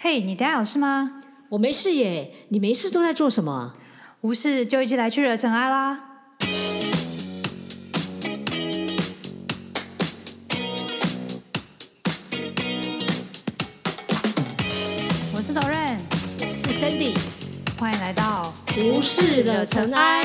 嘿，你等一下有事吗？ 我没事耶，你没事都在做什么啊？ 无事就一起来去惹尘埃啦！我是朵任， 是 Sandy， 欢迎来到无事惹尘埃。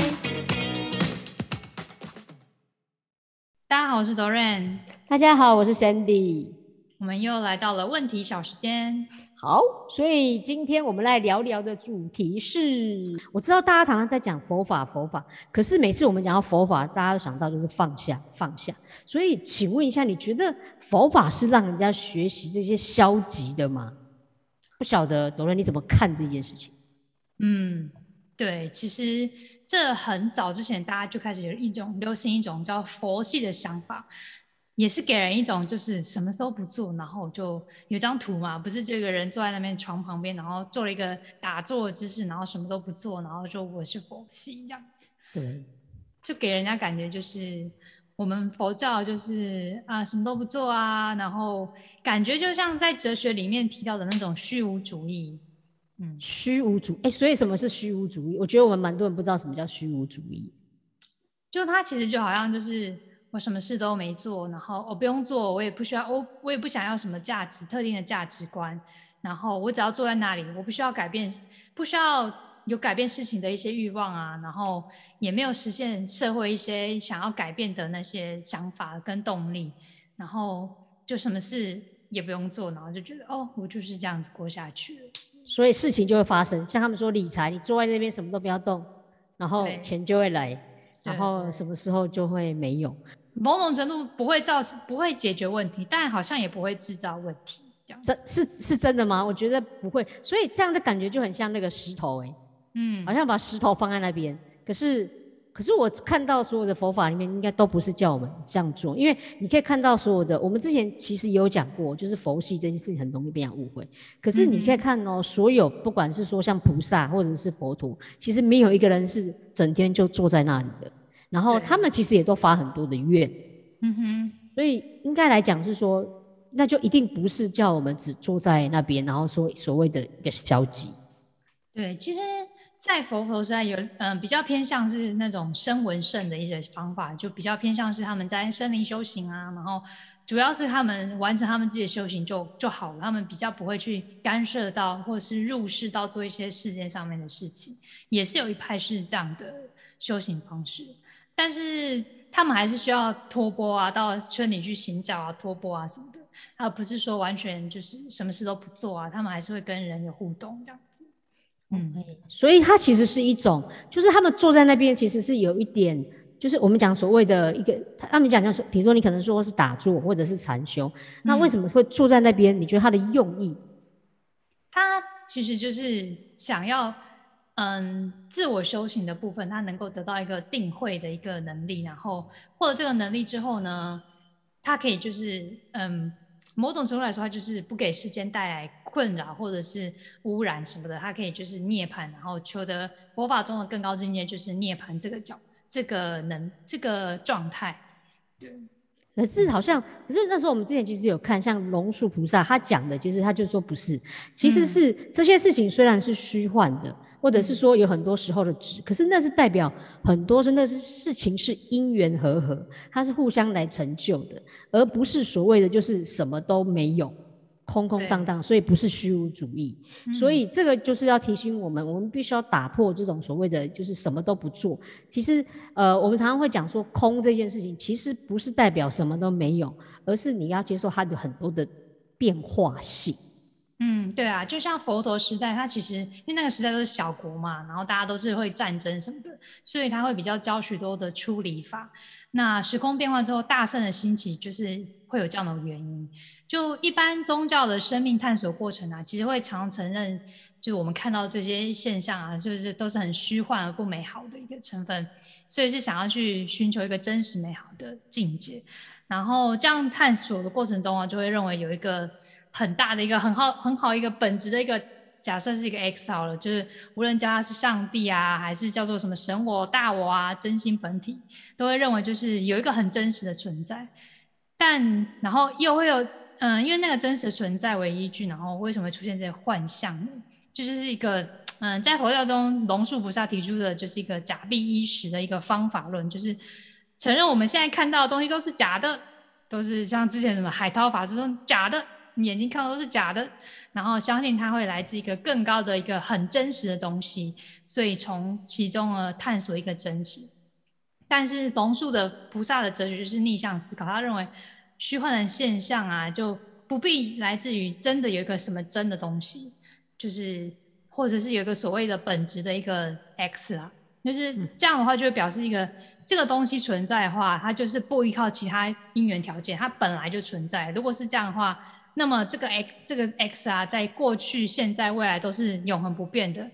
大家好，我是朵任， 大家好，我是 Sandy。 我们又来到了问题小时间。 好，所以今天我们来聊聊的主题是，我知道大家常常在讲佛法，可是每次我们讲到佛法，大家都想到就是放下。所以，请问一下，你觉得佛法是让人家学习这些消极的吗？不晓得朵任你怎么看这件事情？ 对，其实这很早之前，大家就开始流行一种叫佛系的想法，也是给人一种就是什么都不做，然后就有张图嘛，不是这个人坐在那边床旁边，然后做了一个打坐的姿势，然后什么都不做，然后说我是佛系这样子。 对， 就给人家感觉就是我们佛教就是什么都不做啊，然后感觉就像在哲学里面提到的那种虚无主义。 虚无主义，所以什么是虚无主义？我觉得我们蛮多人不知道什么叫虚无主义。 就他其实就好像就是我什么事都没做，然后我不用做，我也不需要，我也不想要什么特定的价值观，然后我只要坐在那里，我不需要改变，不需要有改变事情的一些欲望啊，然后也没有实现社会一些想要改变的那些想法跟动力，然后就什么事也不用做，然后就觉得我就是这样子过下去了。 所以事情就会发生，像他们说理财，你坐在那边什么都不要动，然后钱就会来，然后什么时候就会没有。 某种程度不会解决问题，但好像也不会制造问题。 这是真的吗？我觉得不会，所以这样的感觉就很像那个石头好像把石头放在那边，可是我看到所有的佛法里面，应该都不是叫我们这样做，因为你可以看到所有的，我们之前其实也有讲过，就是佛系这件事情很容易被人误会。可是你可以看所有不管是说像菩萨或者是佛陀，其实没有一个人是整天就坐在那里的，然后他们其实也都发很多的愿。所以应该来讲是说，那就一定不是叫我们只坐在那边，然后说所谓的一个消极。 对，其实，在佛陀时代有比较偏向是那种声闻圣的一些方法，就比较偏向是他们在森林修行啊，然后主要是他们完成他们自己的修行就好了，他们比较不会去干涉到或者是入世到做一些世界上面的事情，也是有一派是这样的修行方式，但是他们还是需要托钵啊，到村里去行脚啊、托钵啊什么的，而不是说完全就是什么事都不做啊，他们还是会跟人有互动这样。 所以它其实是一种，就是他们坐在那边，其实是有一点，就是我们讲所谓的一个，他们讲说，比如说你可能说是打坐或者是禅修，那为什么会坐在那边？你觉得他的用意？ 他其实就是想要，自我修行的部分，他能够得到一个定慧的一个能力，然后获得这个能力之后呢，他可以就是，某种程度来说，他就是不给世间带来困扰或者是污染什么的，他可以就是涅槃，然后求得佛法中的更高境界，就是涅槃这个状态。对。 可是好像，可是那时候我们之前其实有看，像龙树菩萨他讲的，其实他就说不是，其实是这些事情虽然是虚幻的，或者是说有很多时候的值，可是那是代表很多那是事情是因缘和，它是互相来成就的，而不是所谓的就是什么都没有。空空荡荡，所以不是虚无主义。所以这个就是要提醒我们，我们必须要打破这种所谓的就是什么都不做。其实我们常常会讲说空这件事情，其实不是代表什么都没有，而是你要接受它的很多的变化性。 对啊，就像佛陀时代，他其实因为那个时代都是小国嘛，然后大家都是会战争什么的，所以他会比较教许多的出离法。那时空变化之后，大圣的兴起就是会有这样的原因。就一般宗教的生命探索过程啊，其实会常承认，就是我们看到这些现象啊，就是都是很虚幻而不美好的一个成分，所以是想要去寻求一个真实美好的境界。然后这样探索的过程中啊，就会认为有一个很大的一个很好一个本质的一个假设是一个 X 好了，就是无论叫它是上帝啊，还是叫做什么神我、大我啊、真心本体，都会认为就是有一个很真实的存在。但然后又会有因为那个真实存在为依据，然后为什么会出现这些幻象呢？这就是一个在佛教中龙树菩萨提出的就是一个假币依实的一个方法论，就是承认我们现在看到的东西都是假的，都是像之前什么海涛法师说假的，你眼睛看到都是假的，然后相信它会来自一个更高的一个很真实的东西，所以从其中探索一个真实。但是龙树的菩萨的哲学就是逆向思考，他认为虚幻的现象啊，就不必来自于真的有一个什么真的东西，就是或者是有一个所谓的本质的一个 X 啊，就是这样的话就会表示一个这个东西存在的话，它就是不依靠其他因缘条件，它本来就存在。如果是这样的话，那么这个 X 啊，在过去、现在、未来都是永恒不变的。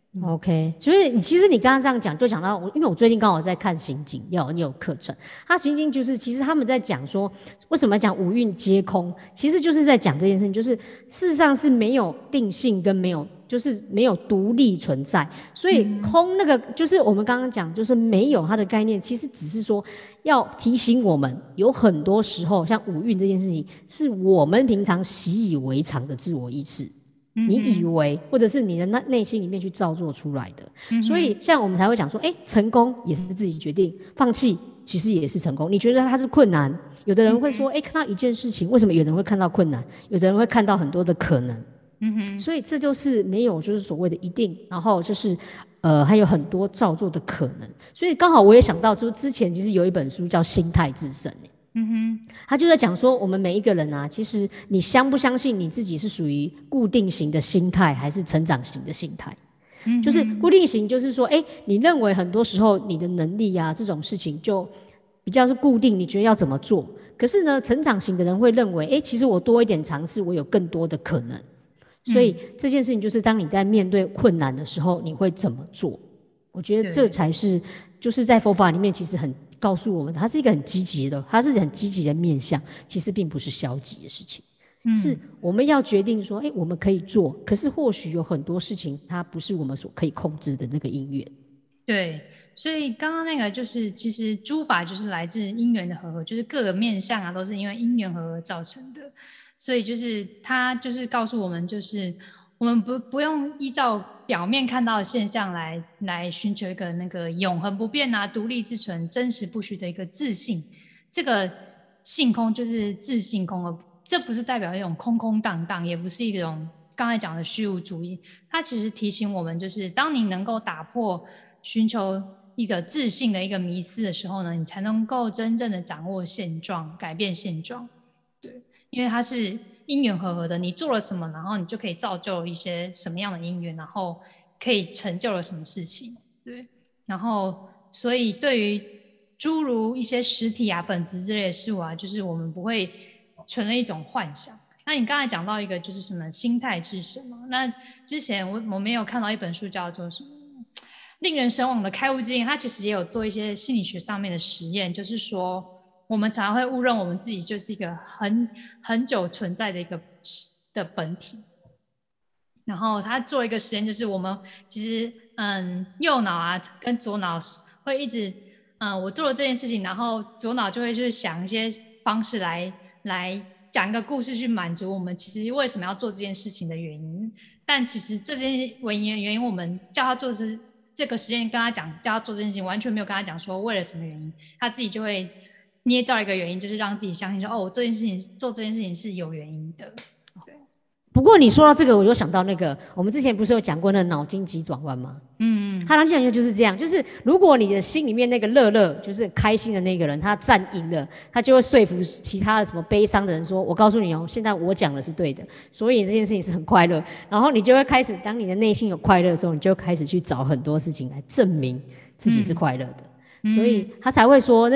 OK，所以其实你刚刚这样讲，就讲到我，因为我最近刚好在看心经，你有课程，他心经就是其实他们在讲说，为什么讲五蕴皆空，其实就是在讲这件事情，就是事实上是没有定性跟没有就是没有独立存在，所以空那个就是我们刚刚讲，就是没有它的概念，其实只是说要提醒我们，有很多时候像五蕴这件事情，是我们平常习以为常的自我意识。你以为，或者是你的内心里面去造作出来的，所以像我们才会讲说，成功也是自己决定，放弃其实也是成功。你觉得它是困难，有的人会说，看到一件事情，为什么有人会看到困难，有的人会看到很多的可能，所以这就是没有就是所谓的一定，然后就是还有很多造作的可能。所以刚好我也想到，说之前其实有一本书叫《心态致胜》。他就在讲说，我们每一个人啊，其实你相不相信你自己是属于固定型的心态，还是成长型的心态？就是固定型，就是说，你认为很多时候你的能力啊这种事情就比较是固定，你觉得要怎么做？可是呢，成长型的人会认为，其实我多一点尝试，我有更多的可能。所以这件事情就是当你在面对困难的时候，你会怎么做？我觉得这才是就是在佛法里面其实很告诉我们，它是一个很积极的，它是很积极的面向，其实并不是消极的事情。是我们要决定说，我们可以做，可是或许有很多事情它不是我们所可以控制的那个因缘。 对，所以刚刚那个就是其实诸法就是来自因缘的和合，就是各个面向啊都是因为因缘和合造成的，所以就是它就是告诉我们，就是我们不用依照表面看到的现象来寻求一个那个永恒不变啊、独立自存、真实不虚的一个自信。这个性空就是自性空，而这不是代表一种空空荡荡，也不是一种刚才讲的虚无主义。它其实提醒我们，就是当你能够打破寻求一个自信的一个迷思的时候呢，你才能够真正的掌握现状，改变现状。对，因为它是因缘和合的，你做了什么，然后你就可以造就一些什么样的因缘，然后可以成就了什么事情。对，然后所以对于诸如一些实体啊、本质之类的事物啊，就是我们不会存了一种幻想。那你刚才讲到一个就是什么心态是什么？那之前我没有看到一本书叫做什么令人神往的开悟经验，它其实也有做一些心理学上面的实验，就是说我们常常会误认我们自己就是一个很久存在的一个的本体。然后他做一个实验，就是我们其实右脑啊跟左脑会一直我做了这件事情，然后左脑就会去想一些方式来讲一个故事去满足我们其实为什么要做这件事情的原因。但其实这件原因，我们叫他做这个实验，跟他讲叫他做这件事情，完全没有跟他讲说为了什么原因，他自己就会捏造一个原因，就是让自己相信说我做这件事情是有原因的。 不过你说到这个，我就想到那个，我们之前不是有讲过那脑筋急转弯吗？他讲就是这样，就是如果你的心里面那个乐，就是开心的那个人，他站赢了，他就会说服其他的什么悲伤的人说：“我告诉你哦，现在我讲的是对的，所以这件事情是很快乐。”然后你就会开始，当你的内心有快乐的时候，你就开始去找很多事情来证明自己是快乐的，所以他才会说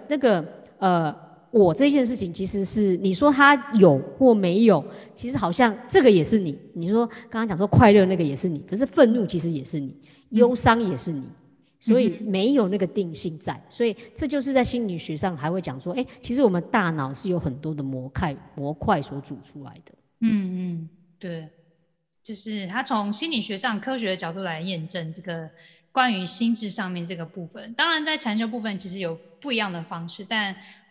我这件事情其实是你说他有或没有，其实好像这个也是你。你说刚刚讲说快乐那个也是你，可是愤怒其实也是你，忧伤也是你，所以没有那个定性在。所以这就是在心理学上还会讲说，其实我们大脑是有很多的模块所组出来的。 对，就是他从心理学上科学的角度来验证这个关于心智上面这个部分。当然在禅修部分其实有不一样的方式，但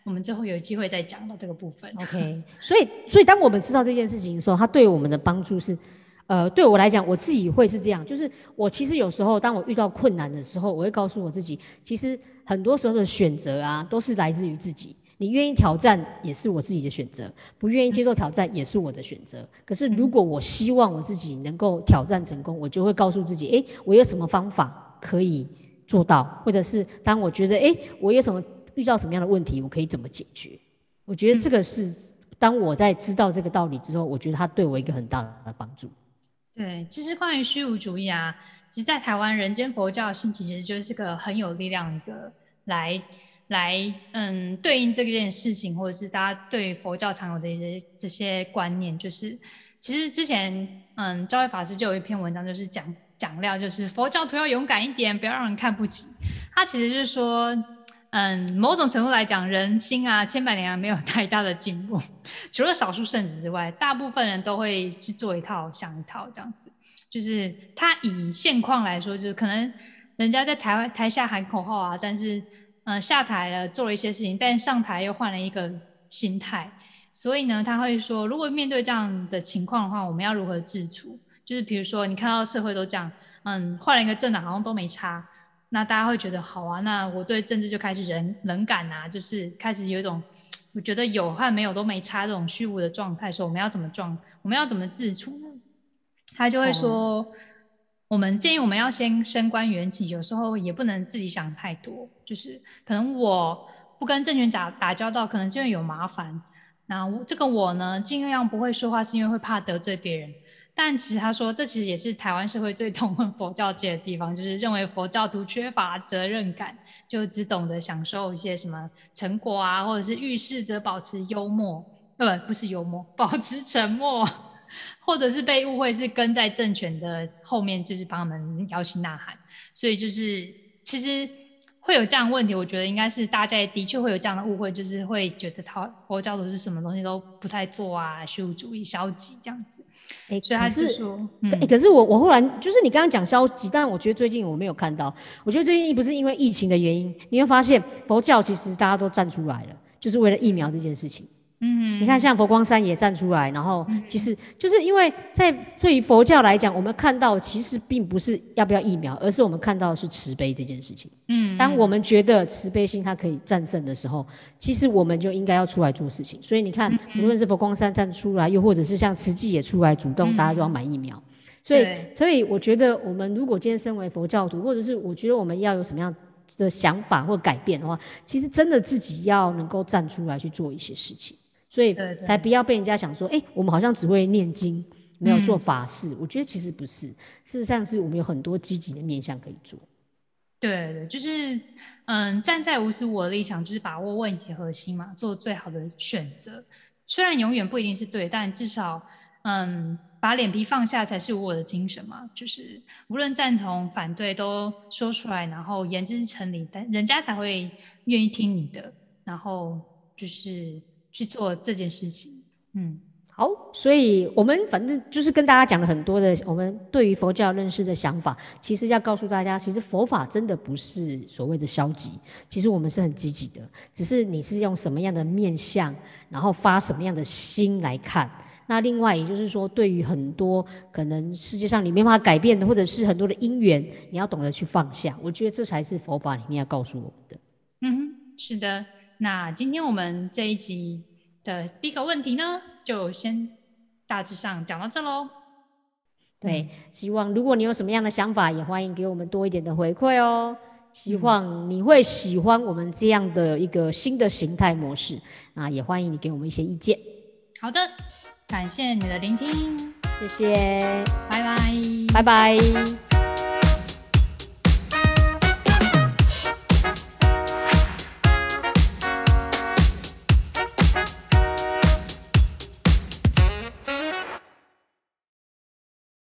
我们之后有机会再讲到这个部分。 OK， 所以当我们知道这件事情的时候，它对我们的帮助是，对我来讲，我自己会是这样，就是我其实有时候当我遇到困难的时候，我会告诉我自己，其实很多时候的选择啊，都是来自于自己。你愿意挑战也是我自己的选择，不愿意接受挑战也是我的选择。可是如果我希望我自己能够挑战成功，我就会告诉自己，我有什么方法可以做到，或者是当我觉得，我有什么遇到什么样的问题，我可以怎么解决？我觉得这个是当我在知道这个道理之后，我觉得它对我一个很大的帮助。 对，其实关于虚无主义啊，其实在台湾人间佛教的兴起，其实就是个很有力量的来对应这件事情，或者是大家对佛教常有的这些观念，就是其实之前昭惠法师就有一篇文章，就是讲料，就是佛教徒要勇敢一点，不要让人看不起。他其实就是说，某种程度来讲，人心啊千百年来没有太大的进步，除了少数圣子之外，大部分人都会去做一套想一套这样子。就是他以现况来说，就是可能人家在台下喊口号啊，但是下台了做了一些事情，但上台又换了一个心态，所以呢他会说，如果面对这样的情况的话，我们要如何自处？就是比如说你看到社会都这样，换了一个政党好像都没差，那大家会觉得好啊，那我对政治就开始冷感啊，就是开始有一种我觉得有和没有都没差这种虚无的状态，说我们要怎么自处呢？他就会说，我们建议我们要先升官缘起，有时候也不能自己想太多，就是可能我不跟政权打交道，可能是因为有麻烦。那这个我呢，尽量不会说话，是因为会怕得罪别人。但其实他说，这其实也是台湾社会最痛恨佛教界的地方，就是认为佛教徒缺乏责任感，就只懂得享受一些什么成果啊，或者是遇事则保持幽默，不是幽默，保持沉默。或者是被误会是跟在政权的后面，就是帮他们摇旗呐喊，所以就是其实会有这样的问题，我觉得应该是大家的确会有这样的误会，就是会觉得佛教徒是什么东西都不太做啊，虚无主义、消极这样子。所以他是说， 可是我后来就是你刚刚讲消极，但我觉得最近我没有看到，我觉得最近不是因为疫情的原因，你会发现佛教其实大家都站出来了，就是为了疫苗这件事情。你看，像佛光山也站出来，然后其实就是因为对于佛教来讲，我们看到其实并不是要不要疫苗，而是我们看到的是慈悲这件事情。当我们觉得慈悲心它可以战胜的时候，其实我们就应该要出来做事情。所以你看，无论是佛光山站出来，又或者是像慈济也出来主动，大家都要买疫苗。所以我觉得，我们如果今天身为佛教徒，或者是我觉得我们要有什么样的想法或改变的话，其实真的自己要能够站出来去做一些事情。所以才不要被人家想说，我们好像只会念经，没有做法事。我觉得其实不是，事实上是我们有很多积极的面向可以做。 对，就是站在无私我的立场，就是把握问题核心嘛，做最好的选择。虽然永远不一定是对，但至少把脸皮放下才是我的精神嘛。就是无论赞同反对都说出来，然后言之成理，但人家才会愿意听你的，然后就是去做这件事情。 好，所以我们反正就是跟大家讲了很多的我们对于佛教认识的想法，其实要告诉大家，其实佛法真的不是所谓的消极，其实我们是很积极的，只是你是用什么样的面向，然后发什么样的心来看。那另外也就是说，对于很多可能世界上你没办法改变的，或者是很多的因缘，你要懂得去放下，我觉得这才是佛法里面要告诉我们的。 是的。那今天我们这一集的第一个问题呢，就先大致上讲到这咯。 对，希望如果你有什么样的想法，也欢迎给我们多一点的回馈哦。希望你会喜欢我们这样的一个新的形态模式，那也欢迎你给我们一些意见。 好的，感谢你的聆听， 谢谢， 拜拜， 拜拜。